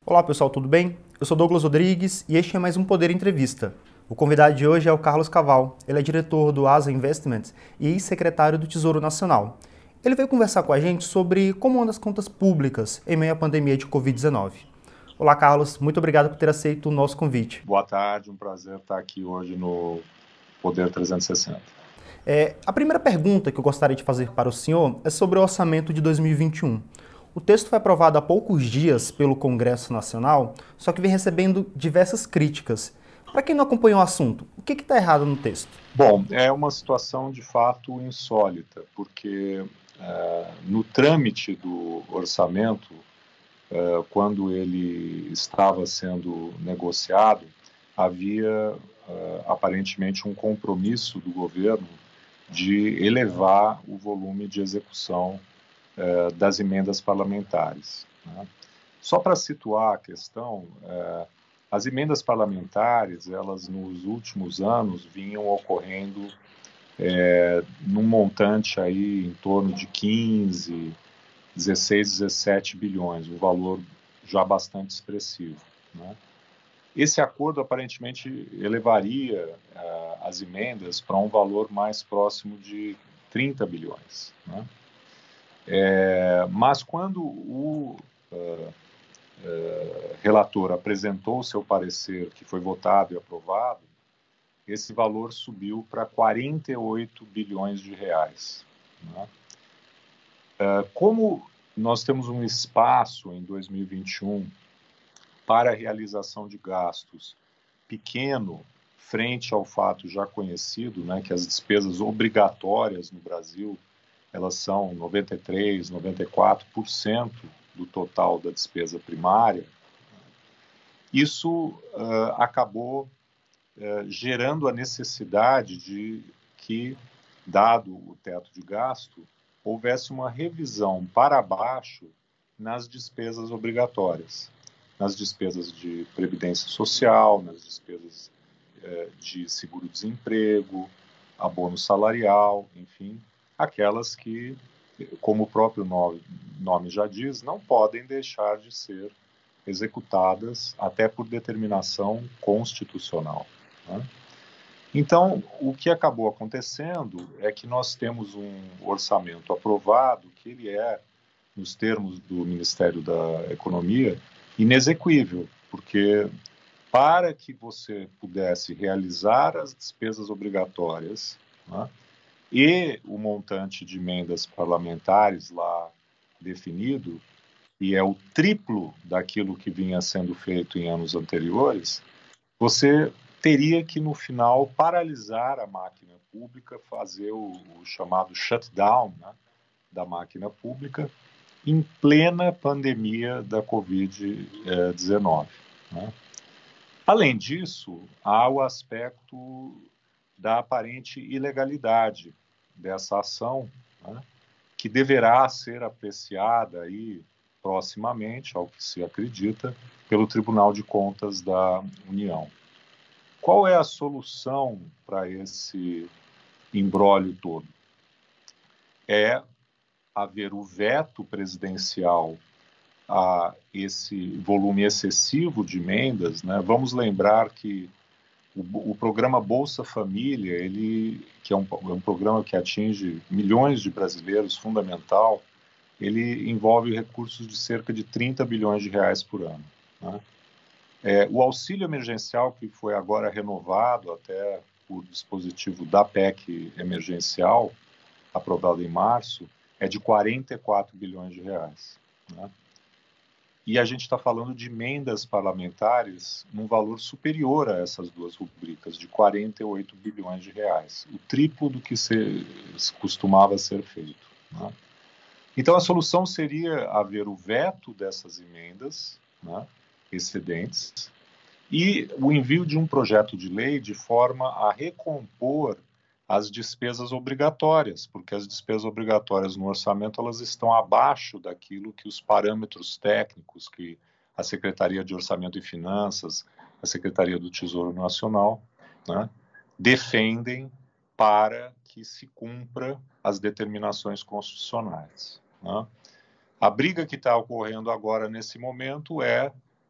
Olá pessoal, tudo bem? Eu sou Douglas Rodrigues e este é mais um Poder Entrevista. O convidado de hoje é o Carlos Caval. Ele é diretor do Asa Investments e ex-secretário do Tesouro Nacional. Ele veio conversar com a gente sobre como andam as contas públicas em meio à pandemia de Covid-19. Olá Carlos, muito obrigado por ter aceito o nosso convite. Boa tarde, um prazer estar aqui hoje no Poder 360. A primeira pergunta que eu gostaria de fazer para o senhor é sobre o orçamento de 2021. O texto foi aprovado há poucos dias pelo Congresso Nacional, só que vem recebendo diversas críticas. Para quem não acompanhou o assunto, o que está errado no texto? Bom, é uma situação de fato insólita, porque no trâmite do orçamento, quando ele estava sendo negociado, havia aparentemente um compromisso do governo de elevar o volume de execução das emendas parlamentares, né? Só para situar a questão, as emendas parlamentares, elas nos últimos anos vinham ocorrendo num montante aí em torno de 15, 16, 17 bilhões, um valor já bastante expressivo, né? Esse acordo aparentemente elevaria as emendas para um valor mais próximo de 30 bilhões, né? Mas quando o relator apresentou o seu parecer, que foi votado e aprovado, esse valor subiu para 48 bilhões de reais, né? Como nós temos um espaço em 2021 para a realização de gastos pequeno, frente ao fato já conhecido, né, que as despesas obrigatórias no Brasil elas são 93, 94% do total da despesa primária, isso acabou gerando a necessidade de que, dado o teto de gasto, houvesse uma revisão para baixo nas despesas obrigatórias, nas despesas de previdência social, nas despesas de seguro-desemprego, abono salarial, enfim, aquelas que, como o próprio nome já diz, não podem deixar de ser executadas até por determinação constitucional, né? Então, o que acabou acontecendo é que nós temos um orçamento aprovado que ele é, nos termos do Ministério da Economia, inexequível, porque para que você pudesse realizar as despesas obrigatórias, né, e o montante de emendas parlamentares lá definido, e é o triplo daquilo que vinha sendo feito em anos anteriores, você teria que, no final, paralisar a máquina pública, fazer o chamado shutdown, né, da máquina pública, em plena pandemia da Covid-19. Né? Além disso, há o aspecto da aparente ilegalidade dessa ação, né, que deverá ser apreciada aí proximamente, ao que se acredita, pelo Tribunal de Contas da União. Qual é a solução para esse imbróglio todo? É haver o veto presidencial a esse volume excessivo de emendas, né? Vamos lembrar que o programa Bolsa Família, ele, que é um programa que atinge milhões de brasileiros, fundamental, ele envolve recursos de cerca de 30 bilhões de reais por ano, né? O auxílio emergencial, que foi agora renovado até por dispositivo da PEC emergencial, aprovado em março, é de 44 bilhões de reais, né? E a gente está falando de emendas parlamentares num valor superior a essas duas rubricas, de 48 bilhões de reais, o triplo do que costumava ser feito, né? Então, a solução seria haver o veto dessas emendas, né, excedentes, e o envio de um projeto de lei de forma a recompor as despesas obrigatórias, porque as despesas obrigatórias no orçamento elas estão abaixo daquilo que os parâmetros técnicos que a Secretaria de Orçamento e Finanças, a Secretaria do Tesouro Nacional, né, defendem para que se cumpra as determinações constitucionais, né? A briga que está ocorrendo agora nesse momento é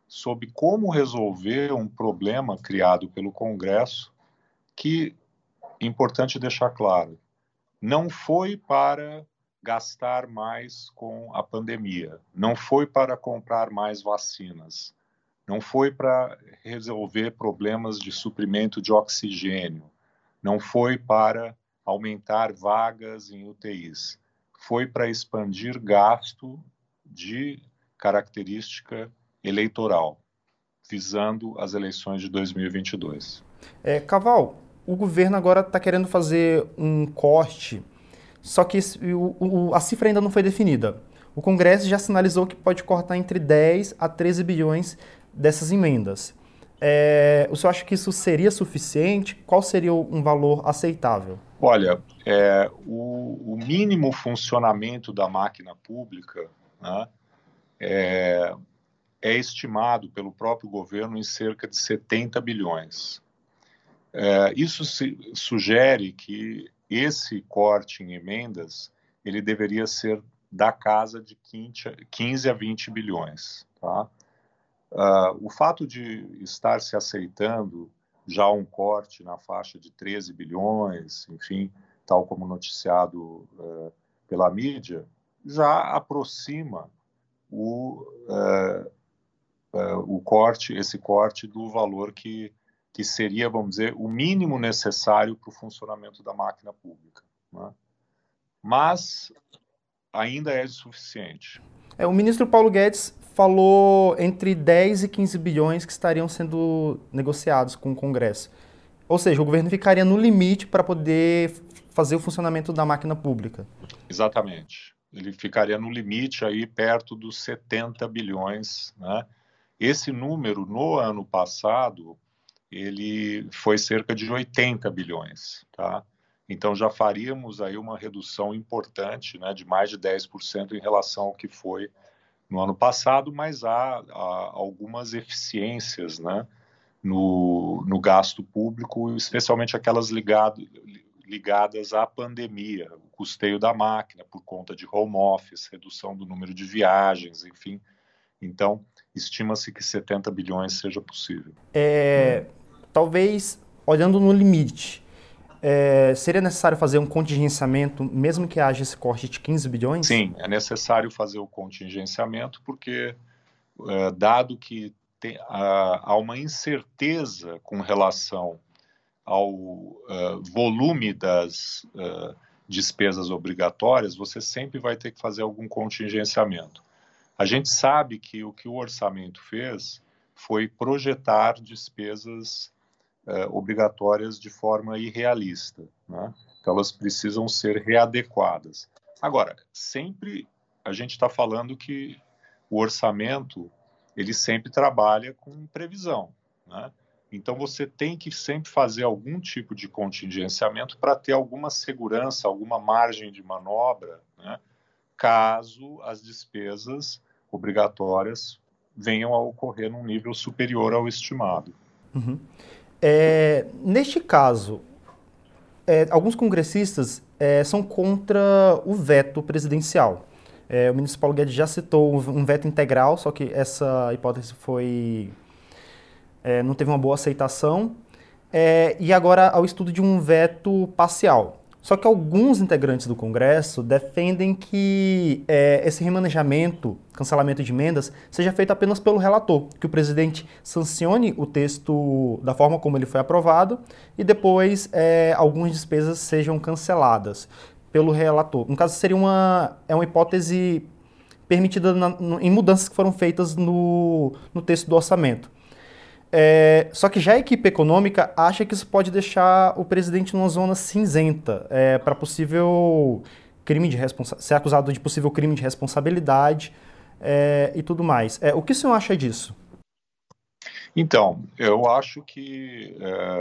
sobre como resolver um problema criado pelo Congresso que, importante deixar claro, não foi para gastar mais com a pandemia, não foi para comprar mais vacinas, não foi para resolver problemas de suprimento de oxigênio, não foi para aumentar vagas em UTIs, foi para expandir gasto de característica eleitoral, visando as eleições de 2022. Caval, o governo agora está querendo fazer um corte, só que a cifra ainda não foi definida. O Congresso já sinalizou que pode cortar entre 10 a 13 bilhões dessas emendas. O senhor acha que isso seria suficiente? Qual seria um valor aceitável? Olha, o mínimo funcionamento da máquina pública, né, é estimado pelo próprio governo em cerca de 70 bilhões. Isso sugere que esse corte em emendas ele deveria ser da casa de 15 a 20 bilhões. Tá? O fato de estar se aceitando já um corte na faixa de 13 bilhões, enfim, tal como noticiado pela mídia, já aproxima esse corte do valor que seria, vamos dizer, o mínimo necessário para o funcionamento da máquina pública. Né? Mas ainda é insuficiente. O ministro Paulo Guedes falou entre 10 e 15 bilhões que estariam sendo negociados com o Congresso. Ou seja, o governo ficaria no limite para poder fazer o funcionamento da máquina pública. Exatamente. Ele ficaria no limite aí perto dos 70 bilhões. Né? Esse número, no ano passado, ele foi cerca de 80 bilhões. Tá? Então já faríamos aí uma redução importante, né, de mais de 10% em relação ao que foi no ano passado, mas há algumas eficiências, né, no gasto público, especialmente aquelas ligadas à pandemia, o custeio da máquina por conta de home office, redução do número de viagens, enfim. Então, estima-se que 70 bilhões seja possível. Talvez, olhando no limite, seria necessário fazer um contingenciamento, mesmo que haja esse corte de 15 bilhões? Sim, é necessário fazer o contingenciamento, porque, dado que há uma incerteza com relação ao volume das despesas obrigatórias, você sempre vai ter que fazer algum contingenciamento. A gente sabe que o orçamento fez foi projetar despesas obrigatórias de forma irrealista, né? Então elas precisam ser readequadas. Agora, sempre a gente está falando que o orçamento ele sempre trabalha com previsão, né? Então você tem que sempre fazer algum tipo de contingenciamento para ter alguma segurança, alguma margem de manobra, né? Caso as despesas obrigatórias venham a ocorrer num nível superior ao estimado. Uhum. Neste caso, alguns congressistas são contra o veto presidencial. O ministro Paulo Guedes já citou um veto integral, só que essa hipótese não teve uma boa aceitação. E agora ao estudo de um veto parcial. Só que alguns integrantes do Congresso defendem que esse remanejamento, cancelamento de emendas, seja feito apenas pelo relator, que o presidente sancione o texto da forma como ele foi aprovado e depois algumas despesas sejam canceladas pelo relator. No caso, seria uma hipótese permitida em mudanças que foram feitas no texto do orçamento. Só que já a equipe econômica acha que isso pode deixar o presidente numa zona cinzenta para possível ser acusado de possível crime de responsabilidade e tudo mais. O que o senhor acha disso? Então, eu acho que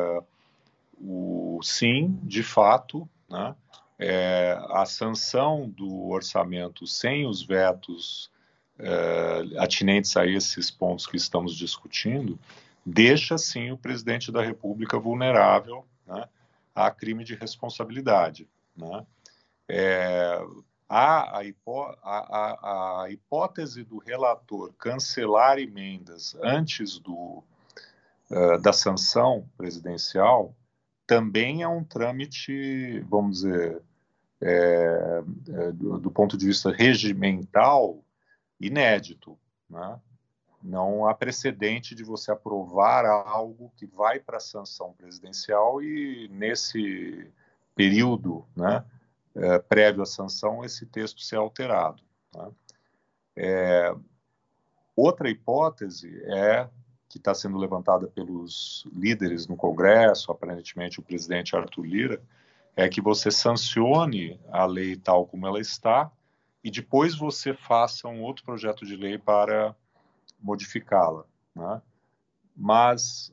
sim, de fato, né, a sanção do orçamento sem os vetos atinentes a esses pontos que estamos discutindo deixa, sim, o presidente da República vulnerável, né, a crime de responsabilidade. Né? a hipótese do relator cancelar emendas antes da sanção presidencial também é um trâmite, vamos dizer, do ponto de vista regimental, inédito, né? Não há precedente de você aprovar algo que vai para a sanção presidencial e, nesse período, né, prévio à sanção, esse texto ser alterado, né? Outra hipótese que está sendo levantada pelos líderes no Congresso, aparentemente o presidente Arthur Lira, é que você sancione a lei tal como ela está e depois você faça um outro projeto de lei para modificá-la, né? Mas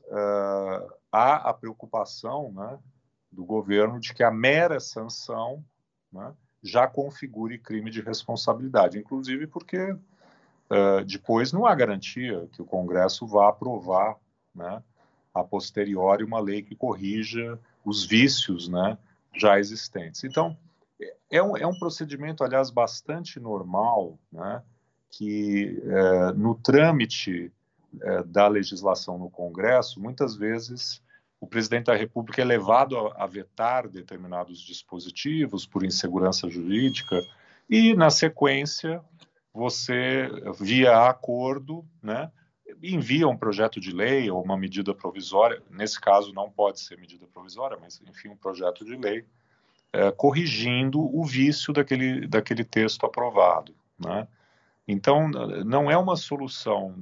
há a preocupação, né, do governo de que a mera sanção, né, já configure crime de responsabilidade, inclusive porque depois não há garantia que o Congresso vá aprovar, né, a posteriori uma lei que corrija os vícios, né, já existentes. Então, é um procedimento, aliás, bastante normal, né, que no trâmite da legislação no Congresso, muitas vezes o presidente da República é levado a vetar determinados dispositivos por insegurança jurídica e, na sequência, você, via acordo, né, envia um projeto de lei ou uma medida provisória, nesse caso não pode ser medida provisória, mas, enfim, um projeto de lei, corrigindo o vício daquele texto aprovado, né? Então, não é uma solução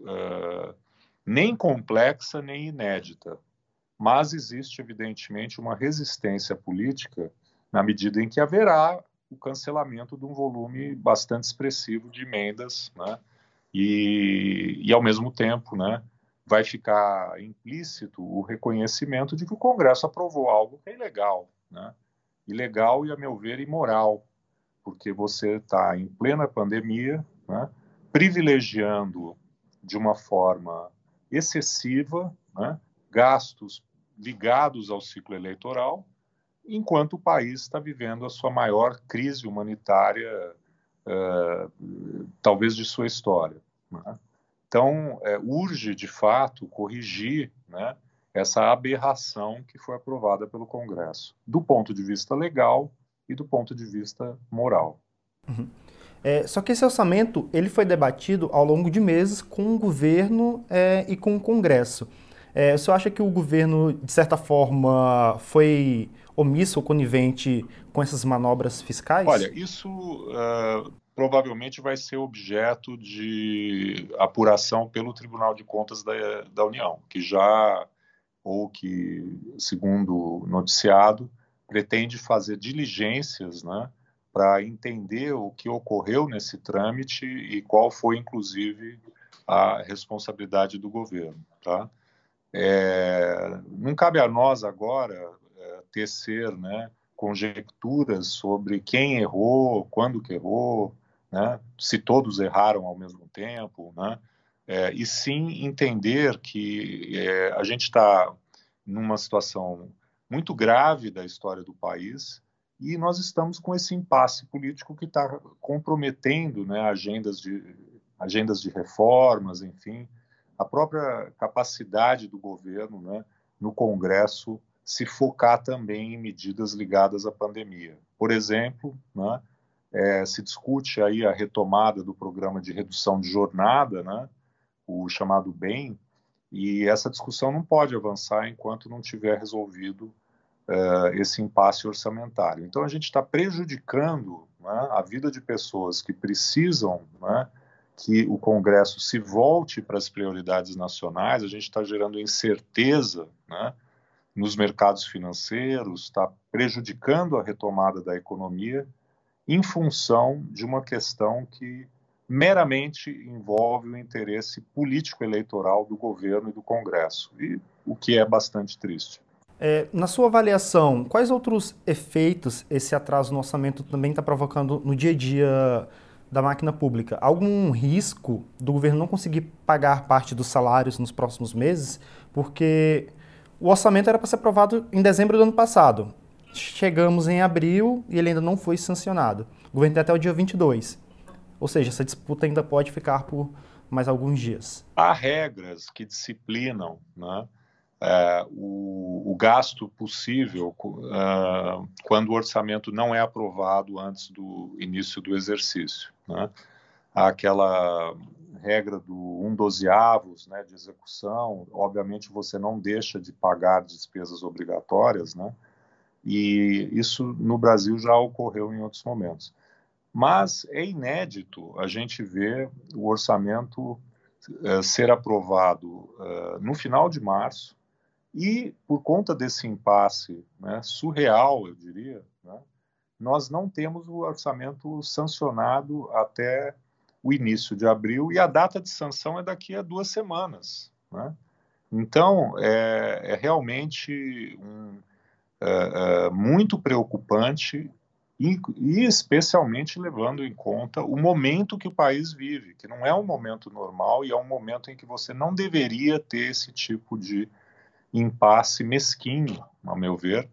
nem complexa, nem inédita, mas existe, evidentemente, uma resistência política na medida em que haverá o cancelamento de um volume bastante expressivo de emendas, né? E ao mesmo tempo, né, vai ficar implícito o reconhecimento de que o Congresso aprovou algo que é ilegal, né? Ilegal e, a meu ver, imoral, porque você está em plena pandemia, né, privilegiando de uma forma excessiva, né, gastos ligados ao ciclo eleitoral, enquanto o país está vivendo a sua maior crise humanitária, talvez de sua história, né? Então, urge, de fato, corrigir, né, essa aberração que foi aprovada pelo Congresso, do ponto de vista legal e do ponto de vista moral. Uhum. Só que esse orçamento ele foi debatido ao longo de meses com o governo e com o Congresso. O senhor acha que o governo, de certa forma, foi omisso ou conivente com essas manobras fiscais? Olha, isso provavelmente vai ser objeto de apuração pelo Tribunal de Contas da União, que, segundo noticiado, pretende fazer diligências, né, para entender o que ocorreu nesse trâmite e qual foi, inclusive, a responsabilidade do governo, tá? Não cabe a nós agora tecer, né, conjecturas sobre quem errou, quando que errou, né, se todos erraram ao mesmo tempo, né, e sim entender que a gente está numa situação muito grave da história do país e nós estamos com esse impasse político que está comprometendo, né, agendas de reformas, enfim, a própria capacidade do governo, né, no Congresso se focar também em medidas ligadas à pandemia. Por exemplo, né, se discute aí a retomada do programa de redução de jornada, né, o chamado BEM, e essa discussão não pode avançar enquanto não tiver resolvido esse impasse orçamentário. Então, a gente está prejudicando, né, a vida de pessoas que precisam, né, que o Congresso se volte para as prioridades nacionais, a gente está gerando incerteza, né, nos mercados financeiros, está prejudicando a retomada da economia em função de uma questão que meramente envolve o interesse político-eleitoral do governo e do Congresso, e o que é bastante triste. Na sua avaliação, quais outros efeitos esse atraso no orçamento também está provocando no dia a dia da máquina pública? Algum risco do governo não conseguir pagar parte dos salários nos próximos meses? Porque o orçamento era para ser aprovado em dezembro do ano passado. chegamos em abril e ele ainda não foi sancionado. O governo tem até o dia 22. Ou seja, essa disputa ainda pode ficar por mais alguns dias. Há regras que disciplinam, né, o gasto possível quando o orçamento não é aprovado antes do início do exercício, né? Há aquela regra do 1/12, né, de execução. Obviamente você não deixa de pagar despesas obrigatórias, né? E isso no Brasil já ocorreu em outros momentos. Mas é inédito a gente ver o orçamento ser aprovado no final de março e, por conta desse impasse, né, surreal, eu diria, né, nós não temos o orçamento sancionado até o início de abril e a data de sanção é daqui a 2 semanas, né? Então, é realmente muito preocupante e especialmente levando em conta o momento que o país vive, que não é um momento normal e é um momento em que você não deveria ter esse tipo de impasse mesquinho, a meu ver,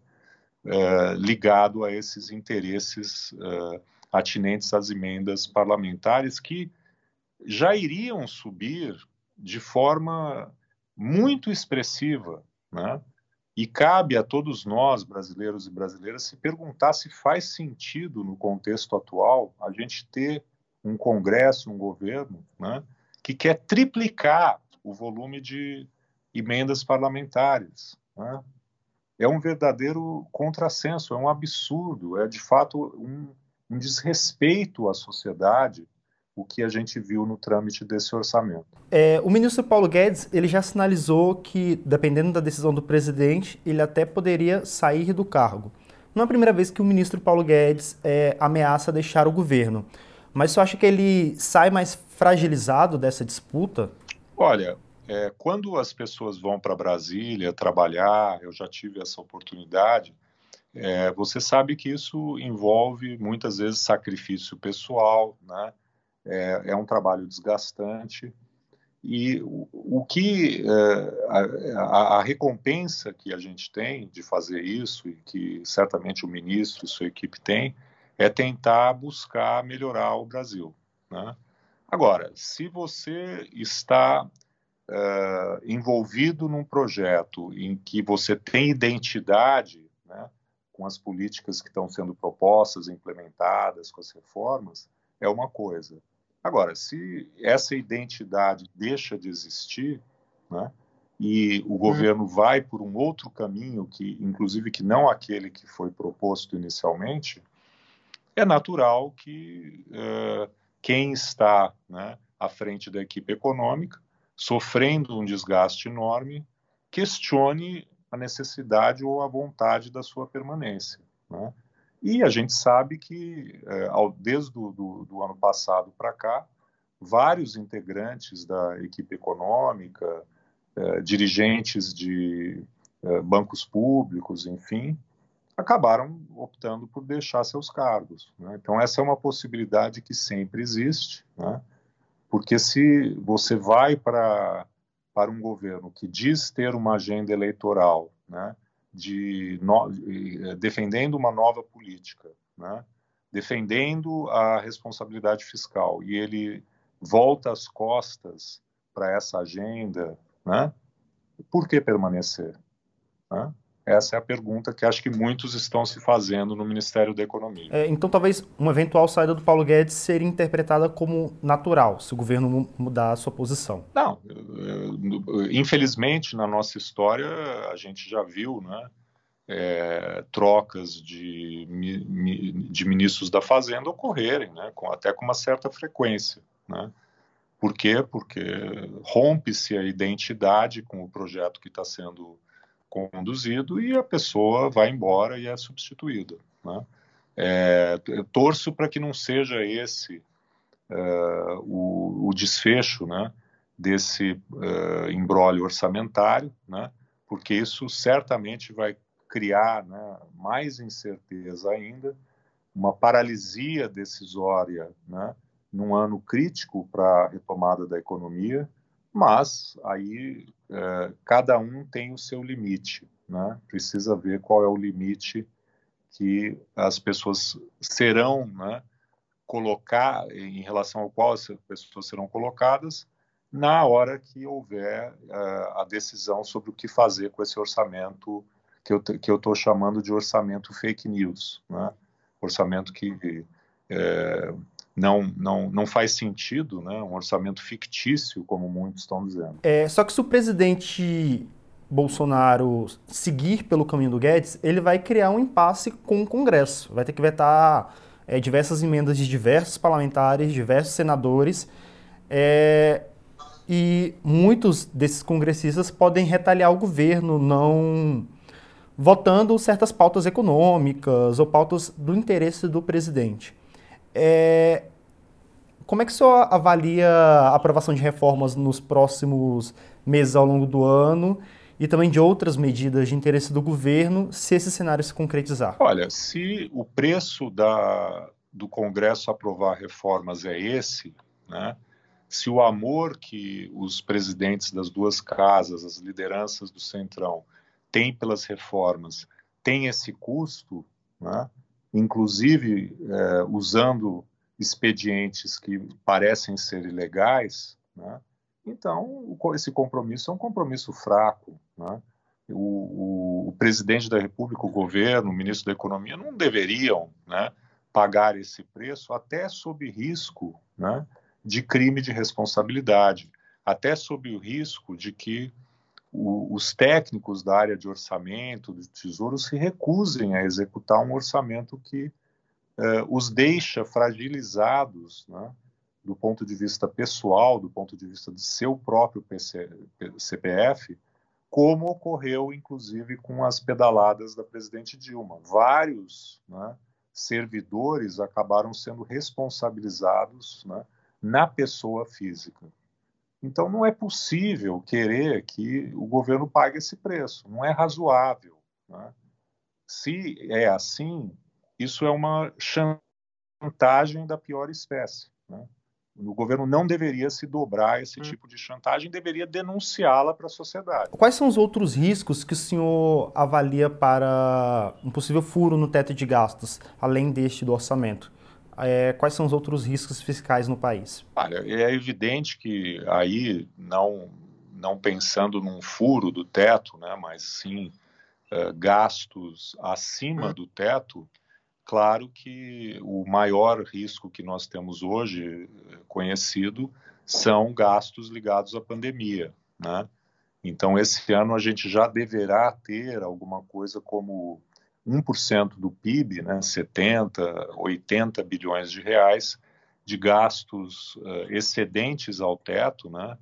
ligado a esses interesses atinentes às emendas parlamentares que já iriam subir de forma muito expressiva, né? E cabe a todos nós, brasileiros e brasileiras, se perguntar se faz sentido, no contexto atual, a gente ter um Congresso, um governo, né, que quer triplicar o volume de emendas parlamentares, né? É um verdadeiro contrassenso, é um absurdo, é de fato um desrespeito à sociedade o que a gente viu no trâmite desse orçamento. O ministro Paulo Guedes ele já sinalizou que, dependendo da decisão do presidente, ele até poderia sair do cargo. Não é a primeira vez que o ministro Paulo Guedes ameaça deixar o governo, mas você acha que ele sai mais fragilizado dessa disputa? Olha, quando as pessoas vão para Brasília trabalhar, eu já tive essa oportunidade, você sabe que isso envolve muitas vezes sacrifício pessoal, né? É um trabalho desgastante e o que a recompensa que a gente tem de fazer isso e que certamente o ministro e sua equipe tem é tentar buscar melhorar o Brasil, né? Agora, se você está envolvido num projeto em que você tem identidade, né, com as políticas que estão sendo propostas, implementadas, com as reformas, é uma coisa. Agora, se essa identidade deixa de existir, né, e o governo vai por um outro caminho, que, inclusive, que não aquele que foi proposto inicialmente, é natural que quem está, né, à frente da equipe econômica, sofrendo um desgaste enorme, questione a necessidade ou a vontade da sua permanência, né? E a gente sabe que, desde do ano passado para cá, vários integrantes da equipe econômica, dirigentes de bancos públicos, enfim, acabaram optando por deixar seus cargos, né? Então, essa é uma possibilidade que sempre existe, né? Porque se você vai para um governo que diz ter uma agenda eleitoral, né, defendendo uma nova política, né, defendendo a responsabilidade fiscal, e ele volta as costas para essa agenda, né, por que permanecer? Né? Essa é a pergunta que acho que muitos estão se fazendo no Ministério da Economia. Então, talvez uma eventual saída do Paulo Guedes seria interpretada como natural, se o governo mudar a sua posição. Não, infelizmente na nossa história a gente já viu, né, trocas de ministros da Fazenda ocorrerem, né, até com uma certa frequência, né? Por quê? Porque rompe-se a identidade com o projeto que está sendo conduzido e a pessoa vai embora e é substituída, né? Eu torço para que não seja esse o desfecho, né, desse imbróglio orçamentário, né, porque isso certamente vai criar, né, mais incerteza ainda, uma paralisia decisória, né, num ano crítico para a retomada da economia, mas aí cada um tem o seu limite, né? Precisa ver qual é o limite que as pessoas serão, né, em relação ao qual as pessoas serão colocadas na hora que houver a decisão sobre o que fazer com esse orçamento que eu estou chamando de orçamento fake news, né? Orçamento que não faz sentido, né? Um orçamento fictício, como muitos estão dizendo. Só que se o presidente Bolsonaro seguir pelo caminho do Guedes, ele vai criar um impasse com o Congresso. Vai ter que vetar diversas emendas de diversos parlamentares, diversos senadores, e muitos desses congressistas podem retaliar o governo, não votando certas pautas econômicas ou pautas do interesse do presidente. Como é que o senhor avalia a aprovação de reformas nos próximos meses ao longo do ano e também de outras medidas de interesse do governo, se esse cenário se concretizar? Olha, se o preço do Congresso aprovar reformas é esse, né? Se o amor que os presidentes das duas casas, as lideranças do Centrão, têm pelas reformas, tem esse custo, né? Inclusive usando expedientes que parecem ser ilegais, né? Então esse compromisso é um compromisso fraco, né? O presidente da República, o governo, o ministro da Economia não deveriam, né, pagar esse preço, até sob risco, né, de crime de responsabilidade, até sob o risco de que os técnicos da área de orçamento, do Tesouro, se recusem a executar um orçamento que os deixa fragilizados, né, do ponto de vista pessoal, do ponto de vista de seu próprio CPF, como ocorreu, inclusive, com as pedaladas da presidente Dilma. Vários, né, servidores acabaram sendo responsabilizados, né, na pessoa física. Então, não é possível querer que o governo pague esse preço. Não é razoável, né? Se é assim, isso é uma chantagem da pior espécie, né? O governo não deveria se dobrar a esse tipo de chantagem, deveria denunciá-la para a sociedade. Quais são os outros riscos que o senhor avalia para um possível furo no teto de gastos, além deste do orçamento? Quais são os outros riscos fiscais no país? Olha, é evidente que aí, não pensando num furo do teto, né, mas sim gastos acima do teto, claro que o maior risco que nós temos hoje conhecido são gastos ligados à pandemia, né? Então, esse ano a gente já deverá ter alguma coisa como 1% do PIB, né, 70, 80 bilhões de reais, de gastos excedentes ao teto, né,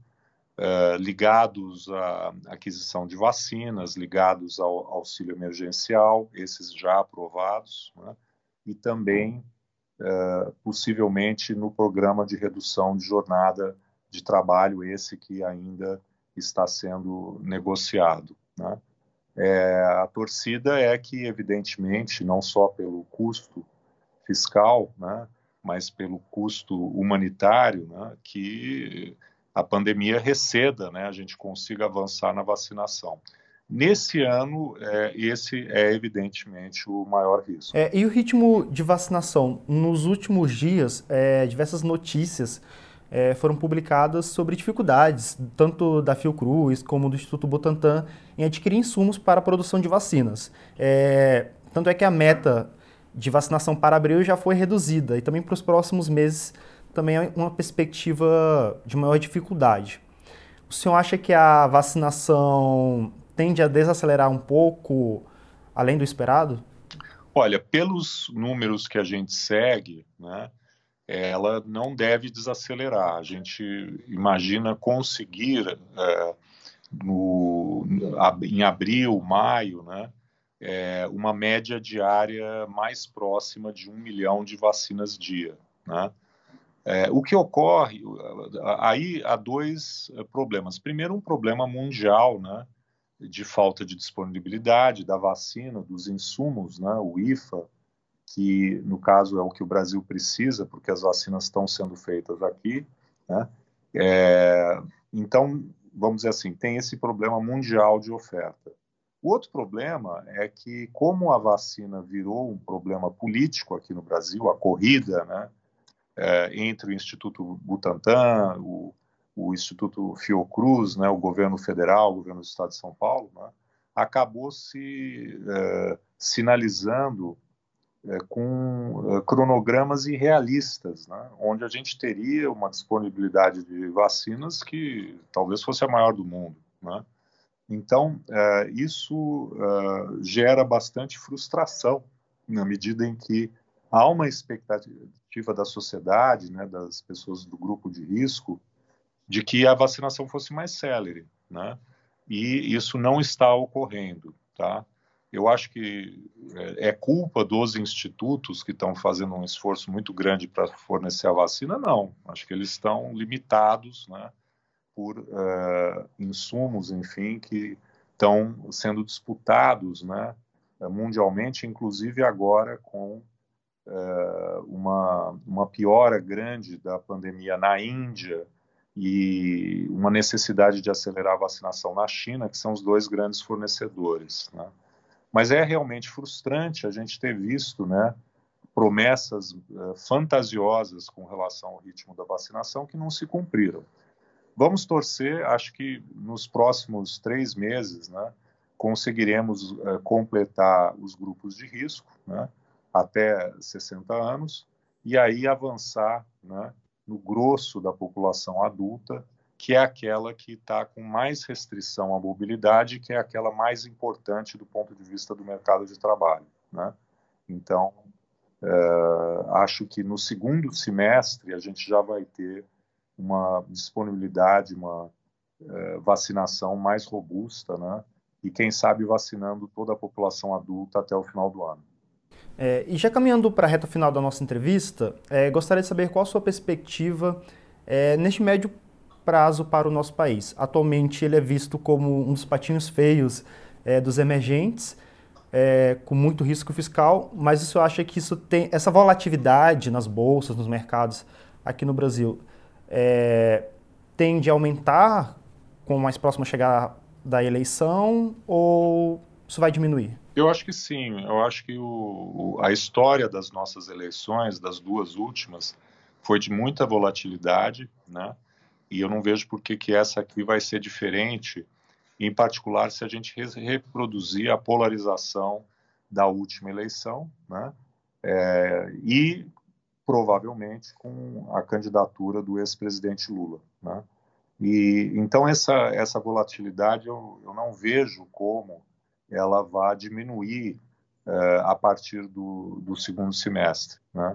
ligados à aquisição de vacinas, ligados ao auxílio emergencial, esses já aprovados, né, e também, possivelmente, no programa de redução de jornada de trabalho, esse que ainda está sendo negociado, né? A torcida é que, evidentemente, não só pelo custo fiscal, né, mas pelo custo humanitário, né, que a pandemia receda, né, a gente consiga avançar na vacinação. Nesse ano, esse é evidentemente o maior risco. E o ritmo de vacinação? Nos últimos dias, diversas notícias foram publicadas sobre dificuldades, tanto da Fiocruz como do Instituto Butantan, em adquirir insumos para a produção de vacinas. Tanto é que a meta de vacinação para abril já foi reduzida, e também para os próximos meses também é uma perspectiva de maior dificuldade. O senhor acha que a vacinação tende a desacelerar um pouco, além do esperado? Olha, pelos números que a gente segue, né, ela não deve desacelerar. A gente imagina conseguir, em abril, maio, né, uma média diária mais próxima de 1 milhão de vacinas dia, né? O que ocorre, aí há dois problemas. Primeiro, um problema mundial, né, de falta de disponibilidade da vacina, dos insumos, né, o IFA, que no caso é o que o Brasil precisa, porque as vacinas estão sendo feitas aqui, né? Então, vamos dizer assim, tem esse problema mundial de oferta. O outro problema é que, como a vacina virou um problema político aqui no Brasil, a corrida, né, entre o Instituto Butantan, o Instituto Fiocruz, né, o governo federal, o governo do Estado de São Paulo, né, acabou se sinalizando com cronogramas irrealistas, né, onde a gente teria uma disponibilidade de vacinas que talvez fosse a maior do mundo, né? Então, isso gera bastante frustração, na medida em que há uma expectativa da sociedade, né, das pessoas do grupo de risco, de que a vacinação fosse mais célere, né? E isso não está ocorrendo, tá? Eu acho que é culpa dos institutos que estão fazendo um esforço muito grande para fornecer a vacina? Não. Acho que eles estão limitados, né, por insumos, enfim, que estão sendo disputados, né, mundialmente, inclusive agora com uma piora grande da pandemia na Índia e uma necessidade de acelerar a vacinação na China, que são os dois grandes fornecedores, né? Mas é realmente frustrante a gente ter visto, né, promessas fantasiosas com relação ao ritmo da vacinação que não se cumpriram. Vamos torcer, acho que nos próximos 3 meses, né, conseguiremos completar os grupos de risco, né, até 60 anos, e aí avançar, né, no grosso da população adulta, que é aquela que está com mais restrição à mobilidade, que é aquela mais importante do ponto de vista do mercado de trabalho, né? Então, acho que no segundo semestre a gente já vai ter uma disponibilidade, uma vacinação mais robusta, né? E quem sabe vacinando toda a população adulta até o final do ano. E já caminhando para a reta final da nossa entrevista, gostaria de saber qual a sua perspectiva neste médio prazo para o nosso país. Atualmente ele é visto como um dos patinhos feios dos emergentes, com muito risco fiscal, mas isso acha que isso tem essa volatilidade nas bolsas, nos mercados aqui no Brasil, tende a aumentar com mais próximo a chegar da eleição ou isso vai diminuir? Eu acho que sim. Eu acho que a história das nossas eleições, das duas últimas, foi de muita volatilidade, né? E eu não vejo por que essa aqui vai ser diferente, em particular se a gente reproduzir a polarização da última eleição, né? E provavelmente com a candidatura do ex-presidente Lula, né? E então essa volatilidade eu não vejo como ela vai diminuir a partir do segundo semestre, né?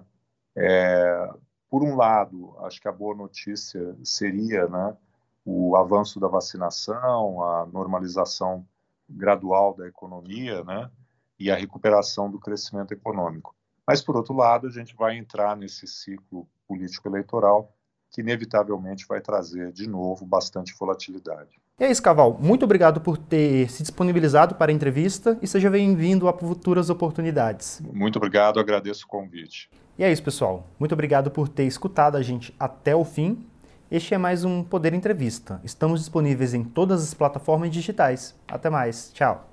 Por um lado, acho que a boa notícia seria, né, o avanço da vacinação, a normalização gradual da economia, né, e a recuperação do crescimento econômico. Mas, por outro lado, a gente vai entrar nesse ciclo político-eleitoral que, inevitavelmente, vai trazer, de novo, bastante volatilidade. E é isso, Caval. Muito obrigado por ter se disponibilizado para a entrevista e seja bem-vindo a futuras oportunidades. Muito obrigado, agradeço o convite. E é isso, pessoal. Muito obrigado por ter escutado a gente até o fim. Este é mais um Poder Entrevista. Estamos disponíveis em todas as plataformas digitais. Até mais. Tchau.